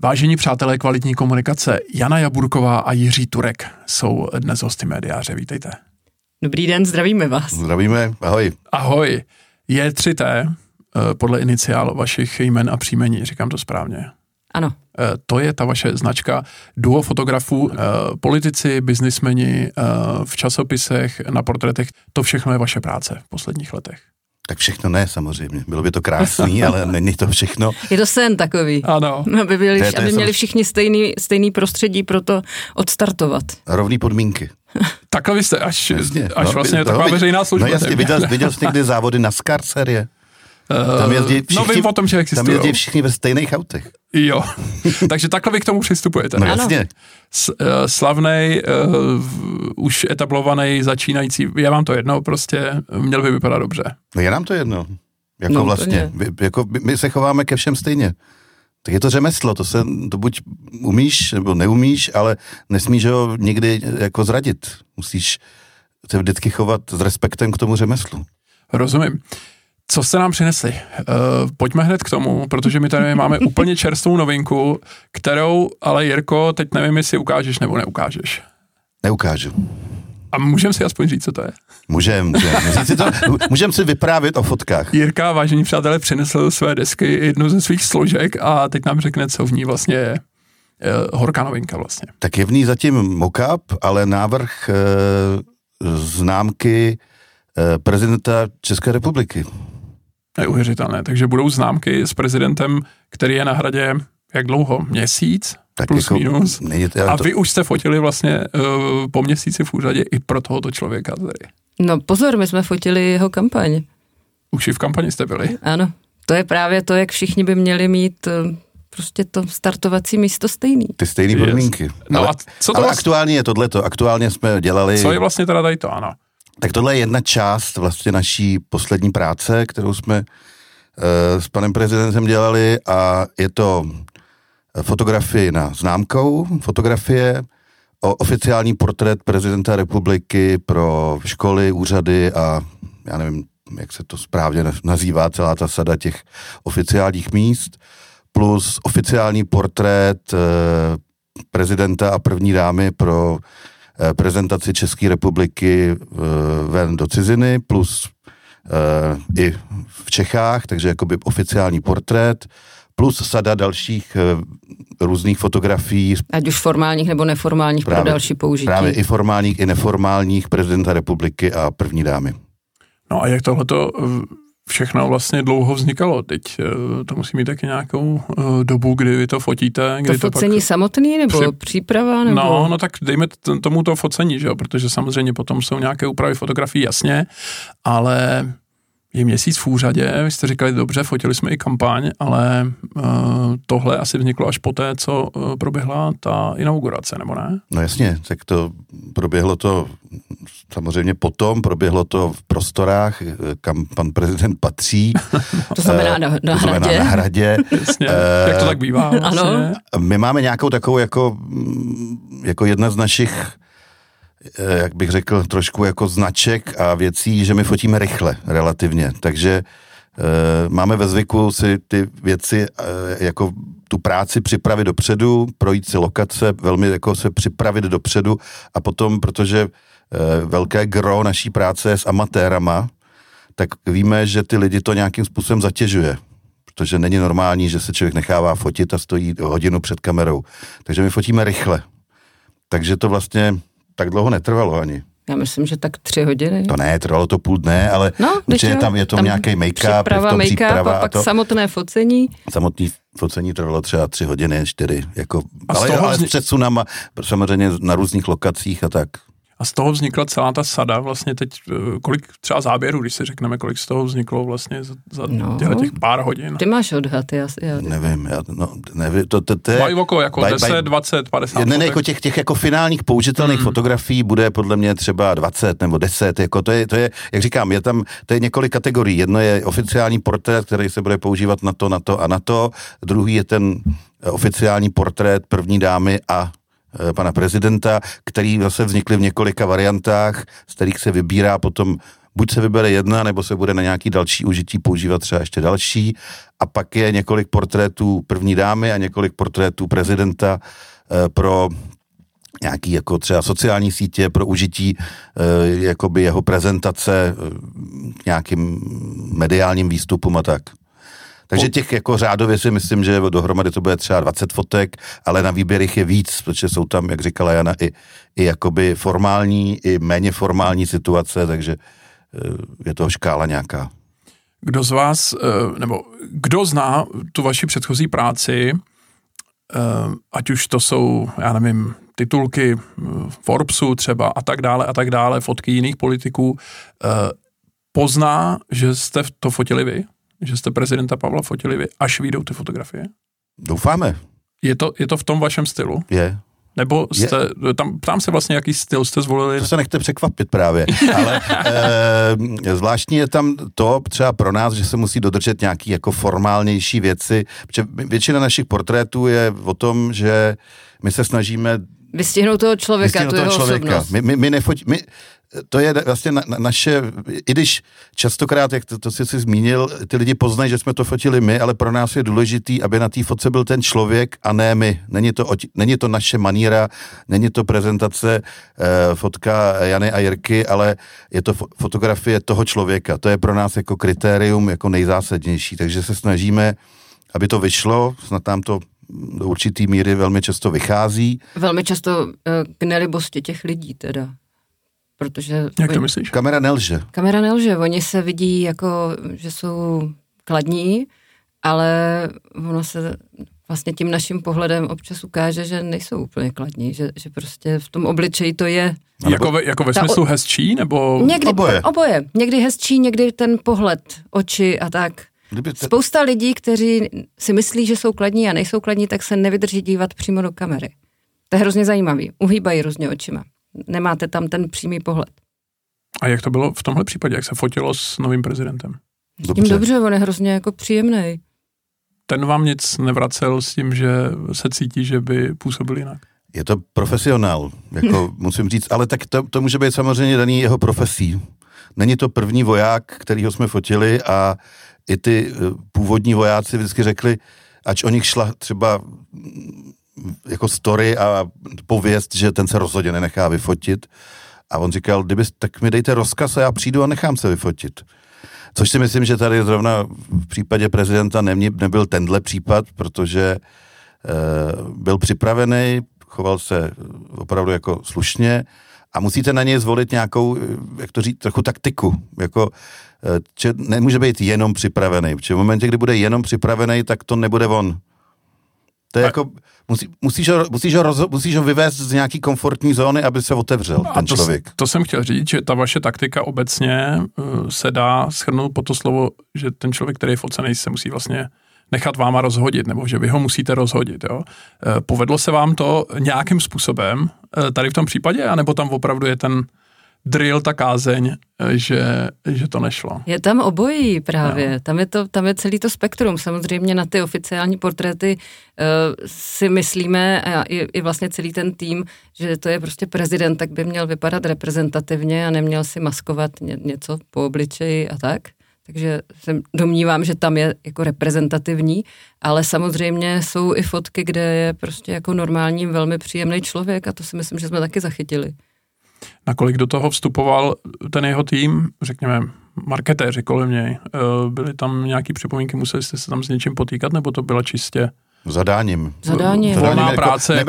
Vážení přátelé kvalitní komunikace, Jana Jaburková a Jiří Turek jsou dnes hosty Médiáře. Vítejte. Dobrý den, zdravíme vás. Zdravíme, ahoj. Ahoj. J3T, podle iniciál vašich jmen a příjmení, říkám to správně. Ano. To je ta vaše značka, duo fotografů, politici, biznismeni, v časopisech, na portrétech, to všechno je vaše práce v posledních letech. Tak všechno ne, samozřejmě. Bylo by to krásný, ale není to všechno. Je to sen takový. Ano. Aby měli všichni stejný prostředí pro to odstartovat. Rovný podmínky. Takhle vy jste až vlastně no, taková veřejná služba. No jasně, viděl jsi někdy závody NASCAR série? Tam jezdí všichni, vím o tom, že existují. Tam jezdí všichni ve stejných autech. Jo, takže takhle vy k tomu přistupujete. No jasně. Slavnej, už etablovaný, začínající, je vám to jedno, prostě měl by vypadat dobře. No je nám to jedno. Jako vlastně, my se chováme ke všem stejně. Tak je to řemeslo, to buď umíš, nebo neumíš, ale nesmíš ho nikdy jako zradit. Musíš se vždycky chovat s respektem k tomu řemeslu. Rozumím. Co jste nám přinesli? Pojďme hned k tomu, protože my tady máme úplně čerstvou novinku, kterou, ale Jirko, teď nevím, jestli ukážeš nebo neukážeš. Neukážu. A můžeme si aspoň říct, co to je? Můžeme si vyprávět o fotkách. Jirka, vážení přátelé, přinesl své desky, jednu ze svých složek a teď nám řekne, co v ní vlastně je. Horká novinka vlastně. Tak je v ní zatím mock-up, ale návrh známky prezidenta České republiky. Neuvěřitelné, takže budou známky s prezidentem, který je na Hradě jak dlouho? Měsíc? Tak plus jako, minus. A to... vy už jste fotili vlastně po měsíci v úřadě i pro tohoto člověka tady. No pozor, my jsme fotili jeho kampaň. Už i v kampani jste byli. Ano, to je právě to, jak všichni by měli mít prostě to startovací místo stejný. Ty stejný podmínky. No ale, a co to ale vlastně... aktuálně je tohleto, aktuálně jsme dělali... Co je vlastně teda tady to, ano? Tak tohle je jedna část vlastně naší poslední práce, kterou jsme s panem prezidentem dělali a je to fotografie na známkou, fotografie, oficiální portrét prezidenta republiky pro školy, úřady a já nevím, jak se to správně nazývá, celá ta sada těch oficiálních míst, plus oficiální portrét prezidenta a první dámy pro prezentaci České republiky ven do ciziny, plus i v Čechách, takže jakoby oficiální portrét, plus sada dalších různých fotografií. Ať už formálních nebo neformálních pro další použití. Právě i formálních, i neformálních prezidenta republiky a první dámy. No a jak tohleto všechno vlastně dlouho vznikalo? Teď to musí mít taky nějakou dobu, kdy vy to fotíte. Kdy to focení pak... samotný nebo příprava? Nebo... No tak dejme tomu to focení, že jo? Protože samozřejmě potom jsou nějaké úpravy fotografií, jasně, ale je měsíc v úřadě, vy jste říkali, dobře, fotili jsme i kampaň, ale tohle asi vzniklo až poté, co proběhla ta inaugurace, nebo ne? No jasně, tak to proběhlo to samozřejmě potom, proběhlo to v prostorách, kam pan prezident patří. To znamená na Hradě. Na Hradě. Jasně, jak to tak bývá. Vlastně. Ano. My máme nějakou takovou jako jedna z našich, jak bych řekl, trošku jako značek a věcí, že my fotíme rychle, relativně. Takže máme ve zvyku si ty věci, jako tu práci připravit dopředu, projít si lokace, velmi jako se připravit dopředu a potom, protože velké gro naší práce je s amatérama, tak víme, že ty lidi to nějakým způsobem zatěžuje. Protože není normální, že se člověk nechává fotit a stojí hodinu před kamerou. Takže my fotíme rychle. Takže to vlastně tak dlouho netrvalo ani. Já myslím, že tak 3 hodiny. To ne, trvalo to půl dne, ale určitě tam je to nějaký make-up, příprava a pak samotné focení. Samotné focení trvalo třeba 3 hodiny, 4, jako, ale s předsunama, samozřejmě na různých lokacích a tak. A z toho vznikla celá ta sada, vlastně teď, kolik třeba záběrů, když si řekneme, kolik z toho vzniklo vlastně za těch pár hodin. Ty máš odhad, já nevím, nevím, to je... Mají okolo jako 10, 20, 50. Ne, jako těch jako finálních použitelných fotografií bude podle mě třeba 20 nebo 10, jako to je, jak říkám, to je několik kategorií. Jedno je oficiální portrét, který se bude používat na to, druhý je ten oficiální portrét první dámy a pana prezidenta, který zase vznikly v několika variantách, z kterých se vybírá potom buď se vybere jedna, nebo se bude na nějaký další užití používat třeba ještě další a pak je několik portrétů první dámy a několik portrétů prezidenta pro nějaký jako třeba sociální sítě, pro užití jakoby jeho prezentace k nějakým mediálním výstupům a tak. Takže těch jako řádově si myslím, že dohromady to bude třeba 20 fotek, ale na výběrech je víc, protože jsou tam, jak říkala Jana, i jakoby formální, i méně formální situace, takže je toho škála nějaká. Kdo z vás, nebo kdo zná tu vaši předchozí práci, ať už to jsou, já nevím, titulky Forbesu třeba a tak dále, fotky jiných politiků, pozná, že jste to fotili vy? Že jste prezidenta Pavla fotili vy, až vyjdou ty fotografie? Doufáme. Je to v tom vašem stylu? Je. Nebo jste, ptám se vlastně, jaký styl jste zvolili? To se nechte překvapit právě, ale zvláštní je tam to třeba pro nás, že se musí dodržet nějaký jako formálnější věci, protože většina našich portrétů je o tom, že my se snažíme vystihnout toho člověka, tu jeho osobnost. To je vlastně naše, i když častokrát, jak to jsi zmínil, ty lidi poznají, že jsme to fotili my, ale pro nás je důležitý, aby na té fotce byl ten člověk a ne my. Není to naše maníra, není to prezentace fotka Jany a Jirky, ale je to fotografie toho člověka. To je pro nás jako kritérium jako nejzásadnější, takže se snažíme, aby to vyšlo, snad nám to do určitý míry velmi často vychází. Velmi často k nelibosti těch lidí teda. Protože jak to myslíš? Kamera nelže. Oni se vidí jako, že jsou kladní, ale ono se vlastně tím naším pohledem občas ukáže, že nejsou úplně kladní, že prostě v tom obličeji to je. Jako ve smyslu hezčí, nebo? Někdy, oboje. Někdy hezčí, někdy ten pohled, oči a tak. Spousta lidí, kteří si myslí, že jsou kladní a nejsou kladní, tak se nevydrží dívat přímo do kamery. To je hrozně zajímavý. Uhýbají různě očima. Nemáte tam ten přímý pohled. A jak to bylo v tomhle případě, jak se fotilo s novým prezidentem? S tím dobře, on je hrozně jako příjemný. Ten vám nic nevracel s tím, že se cítí, že by působil jinak? Je to profesionál, jako musím říct, ale tak to může být samozřejmě daný jeho profesí. Není to první voják, kterýho jsme fotili a i ty původní vojáci vždycky řekli, ač o nich šla třeba jako story a pověst, že ten se rozhodně nenechá vyfotit. A on říkal, tak mi dejte rozkaz a já přijdu a nechám se vyfotit. Což si myslím, že tady zrovna v případě prezidenta nebyl tenhle případ, protože byl připravený, choval se opravdu jako slušně a musíte na něj zvolit nějakou, jak to říct, trochu taktiku. Jako, nemůže být jenom připravený, protože v momentě, kdy bude jenom připravený, tak to nebude on. To je jako, musíš ho vyvést z nějaký komfortní zóny, aby se otevřel ten člověk. To jsem chtěl říct, že ta vaše taktika obecně se dá shrnout po to slovo, že ten člověk, který je focený, se musí vlastně nechat váma rozhodit, nebo že vy ho musíte rozhodit. Jo? Povedlo se vám to nějakým způsobem tady v tom případě, anebo tam opravdu je ten drill, ta kázeň, že to nešlo? Je tam obojí právě. Tam je celý to spektrum. Samozřejmě na ty oficiální portréty si myslíme, a i vlastně celý ten tým, že to je prostě prezident, tak by měl vypadat reprezentativně a neměl si maskovat něco po obličeji a tak. Takže se domnívám, že tam je jako reprezentativní, ale samozřejmě jsou i fotky, kde je prostě jako normální, velmi příjemný člověk a to si myslím, že jsme taky zachytili. Nakolik do toho vstupoval ten jeho tým, řekněme, marketéři kolem něj? Byly tam nějaký připomínky, museli jste se tam s něčím potýkat, nebo to byla čistě Zadáním. Volná práce.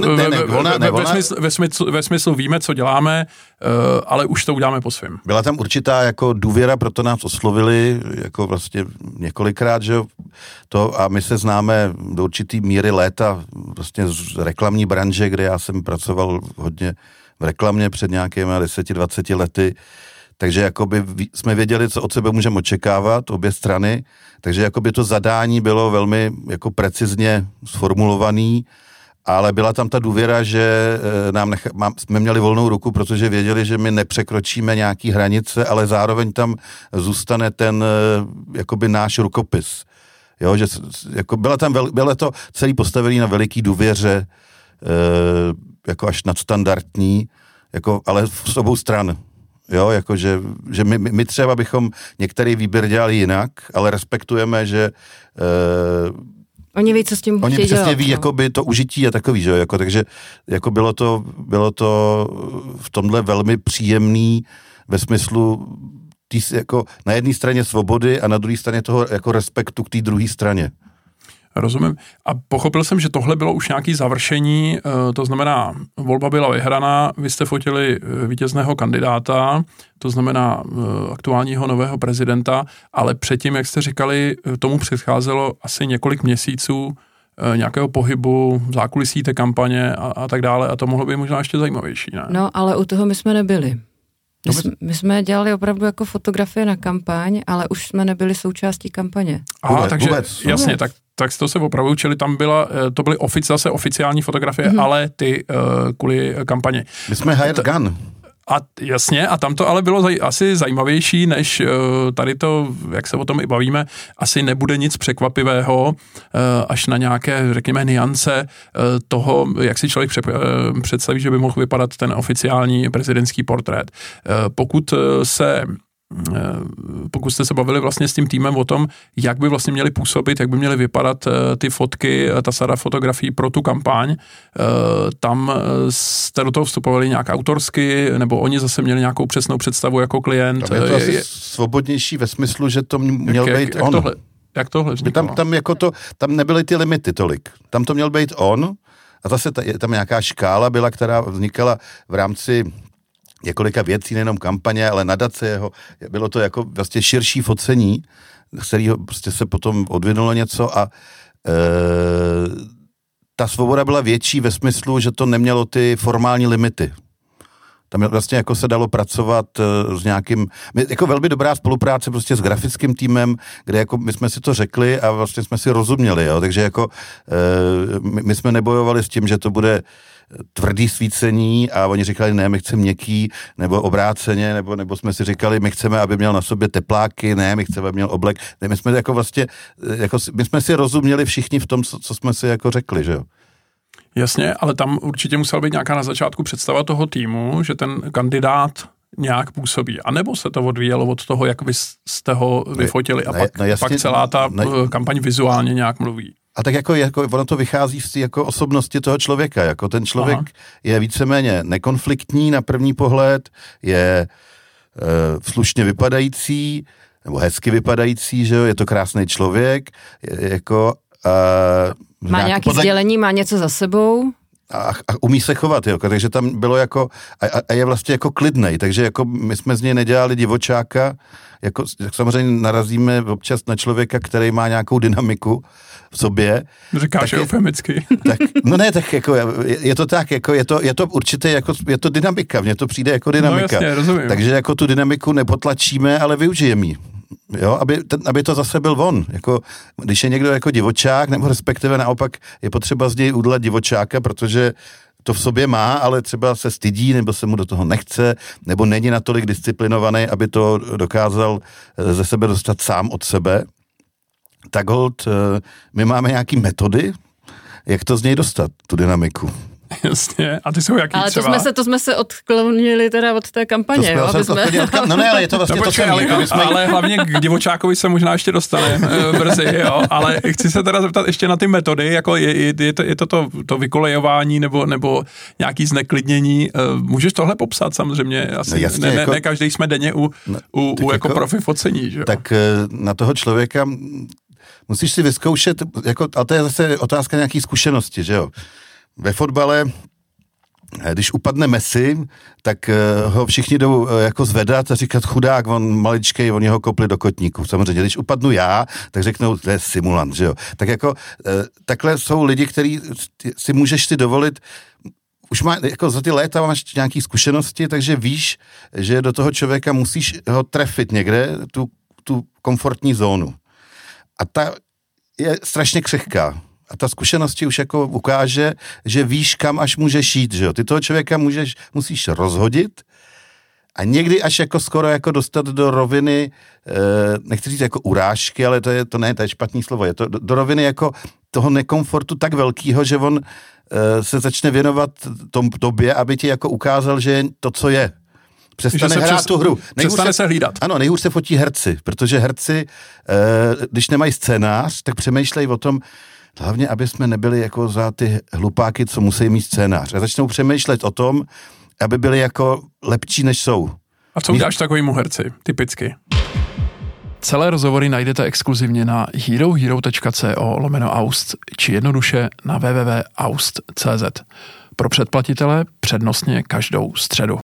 Ve smyslu víme, co děláme, ale už to uděláme po svém. Byla tam určitá jako důvěra, proto nás oslovili jako vlastně několikrát, že to a my se známe do určitý míry léta vlastně z reklamní branže, kde já jsem pracoval hodně v reklamě před nějakými 10-20 lety, takže jakoby jsme věděli, co od sebe můžeme očekávat, obě strany, takže jakoby to zadání bylo velmi jako precizně sformulovaný, ale byla tam ta důvěra, že jsme měli volnou ruku, protože věděli, že my nepřekročíme nějaký hranice, ale zároveň tam zůstane ten jakoby náš rukopis. Jo, že jako bylo to celý postavený na veliký důvěře, jako až nadstandardní, jako, ale z obou stran. Jo, jako že my třeba bychom některý výběr dělali jinak, ale respektujeme, že oni ví, co s tím chtějí dělat. Oni přesně ví, jakoby to užití a takový, že jo, jako, takže jako bylo to v tomhle velmi příjemný ve smyslu jako na jedné straně svobody a na druhé straně toho jako respektu k té druhé straně. Rozumím. A pochopil jsem, že tohle bylo už nějaké završení, to znamená, volba byla vyhraná, vy jste fotili vítězného kandidáta, to znamená aktuálního nového prezidenta, ale předtím, jak jste říkali, tomu předcházelo asi několik měsíců nějakého pohybu, zákulisí té kampaně a tak dále a to mohlo být možná ještě zajímavější, ne? No, ale u toho my jsme nebyli. My jsme dělali opravdu jako fotografie na kampaň, ale už jsme nebyli součástí kampaně. Takže jasně, tak to se opravdu učili, tam to byly zase oficiální fotografie, ale ty kvůli kampani. My jsme hired gun. A jasně, a tam to ale bylo asi zajímavější, než tady to, jak se o tom i bavíme, asi nebude nic překvapivého, až na nějaké, řekněme, nuance toho, jak si člověk představí, že by mohl vypadat ten oficiální prezidentský portrét. Pokud jste se bavili vlastně s tím týmem o tom, jak by vlastně měly působit, jak by měly vypadat ty fotky, ta sada fotografií pro tu kampaň, tam jste do toho vstupovali nějak autorsky, nebo oni zase měli nějakou přesnou představu jako klient? Tam je to asi svobodnější ve smyslu, že to měl být on. Jak tohle vzniklo? Tam nebyly ty limity tolik. Tam to měl být on a zase tam nějaká škála byla, která vznikala v rámci několika věcí, nejenom kampaně, ale nadace jeho. Bylo to jako vlastně širší focení, z kterého prostě se potom odvinulo něco a ta svoboda byla větší ve smyslu, že to nemělo ty formální limity. Tam vlastně jako se dalo pracovat s nějakým, jako velmi dobrá spolupráce prostě s grafickým týmem, kde jako my jsme si to řekli a vlastně jsme si rozuměli, jo, takže jako my jsme nebojovali s tím, že to bude tvrdý svícení a oni říkali, ne, my chceme měkký, nebo obráceně, nebo jsme si říkali, my chceme, aby měl na sobě tepláky, ne, my chceme, aby měl oblek, ne, my jsme jako vlastně, my jsme si rozuměli všichni v tom, co jsme si jako řekli, že jo. Jasně, ale tam určitě musela být nějaká na začátku představa toho týmu, že ten kandidát nějak působí. A nebo se to odvíjelo od toho, jak vy jste ho vyfotili a pak celá ta kampaň vizuálně nějak mluví. A tak jako ono to vychází z jako osobnosti toho člověka. Jako ten člověk je víceméně nekonfliktní na první pohled, je slušně vypadající, nebo hezky vypadající, že jo, je to krásný člověk, má nějaké sdělení, má něco za sebou. A umí se chovat, jo, takže tam bylo jako, a je vlastně jako klidnej, takže jako my jsme z něj nedělali divočáka, jako samozřejmě narazíme občas na člověka, který má nějakou dynamiku v sobě. Říkáš eufemicky. No ne, tak jako je to tak, jako je to určitě jako, je to dynamika, mně to přijde jako dynamika. No jasně, rozumím. Takže jako tu dynamiku nepotlačíme, ale využijeme ji. Jo, aby to zase byl on. Jako, když je někdo jako divočák, nebo respektive naopak je potřeba z něj udělat divočáka, protože to v sobě má, ale třeba se stydí, nebo se mu do toho nechce, nebo není natolik disciplinovaný, aby to dokázal ze sebe dostat sám od sebe. Tak holt, my máme nějaký metody, jak to z něj dostat, tu dynamiku. Jasně, a ty jsou jaký ale třeba? To jsme se odklonili teda od té kampaně, jo? No ne, ale je to vlastně to samé. Ale hlavně k divočákovi se možná ještě dostaneme brzy, jo, ale chci se teda zeptat ještě na ty metody, jako je to vykolejování nebo nějaký zneklidnění. Můžeš tohle popsat samozřejmě? Asi, no jasně, ne každý jsme denně u jako profi focení, že jo? Tak na toho člověka musíš si vyzkoušet, jako, ale to je zase otázka nějaký zkušenosti, že jo? Ve fotbale, když upadne Messi, tak ho všichni jdou jako zvedat a říkat chudák, on maličkej, oni ho kopli do kotníku. Samozřejmě, když upadnu já, tak řeknou, to je simulant, že jo. Tak jako takhle jsou lidi, kteří si můžeš si dovolit, už má, jako za ty léta máš nějaké zkušenosti, takže víš, že do toho člověka musíš ho trefit někde, tu komfortní zónu. A ta je strašně křehká. A ta zkušenost ti už jako ukáže, že víš, kam až můžeš jít, že jo. Ty toho člověka musíš rozhodit a někdy až jako skoro jako dostat do roviny, nechci říct jako urážky, ale to je špatný slovo, je to do roviny jako toho nekomfortu tak velkýho, že on se začne věnovat tobě, aby ti jako ukázal, že je to, co je. přestane hrát tu hru. Přestane se hlídat. Ano, nejhůř se fotí herci, protože herci, když nemají scénář, tak přemýšlejí o tom, hlavně, aby jsme nebyli jako za ty hlupáky, co musí mít scénář. A začnou přemýšlet o tom, aby byli jako lepší, než jsou. A co uděláš takovýmu herci, typicky? Celé rozhovory najdete exkluzivně na herohero.co/aust či jednoduše na www.aust.cz. Pro předplatitele přednostně každou středu.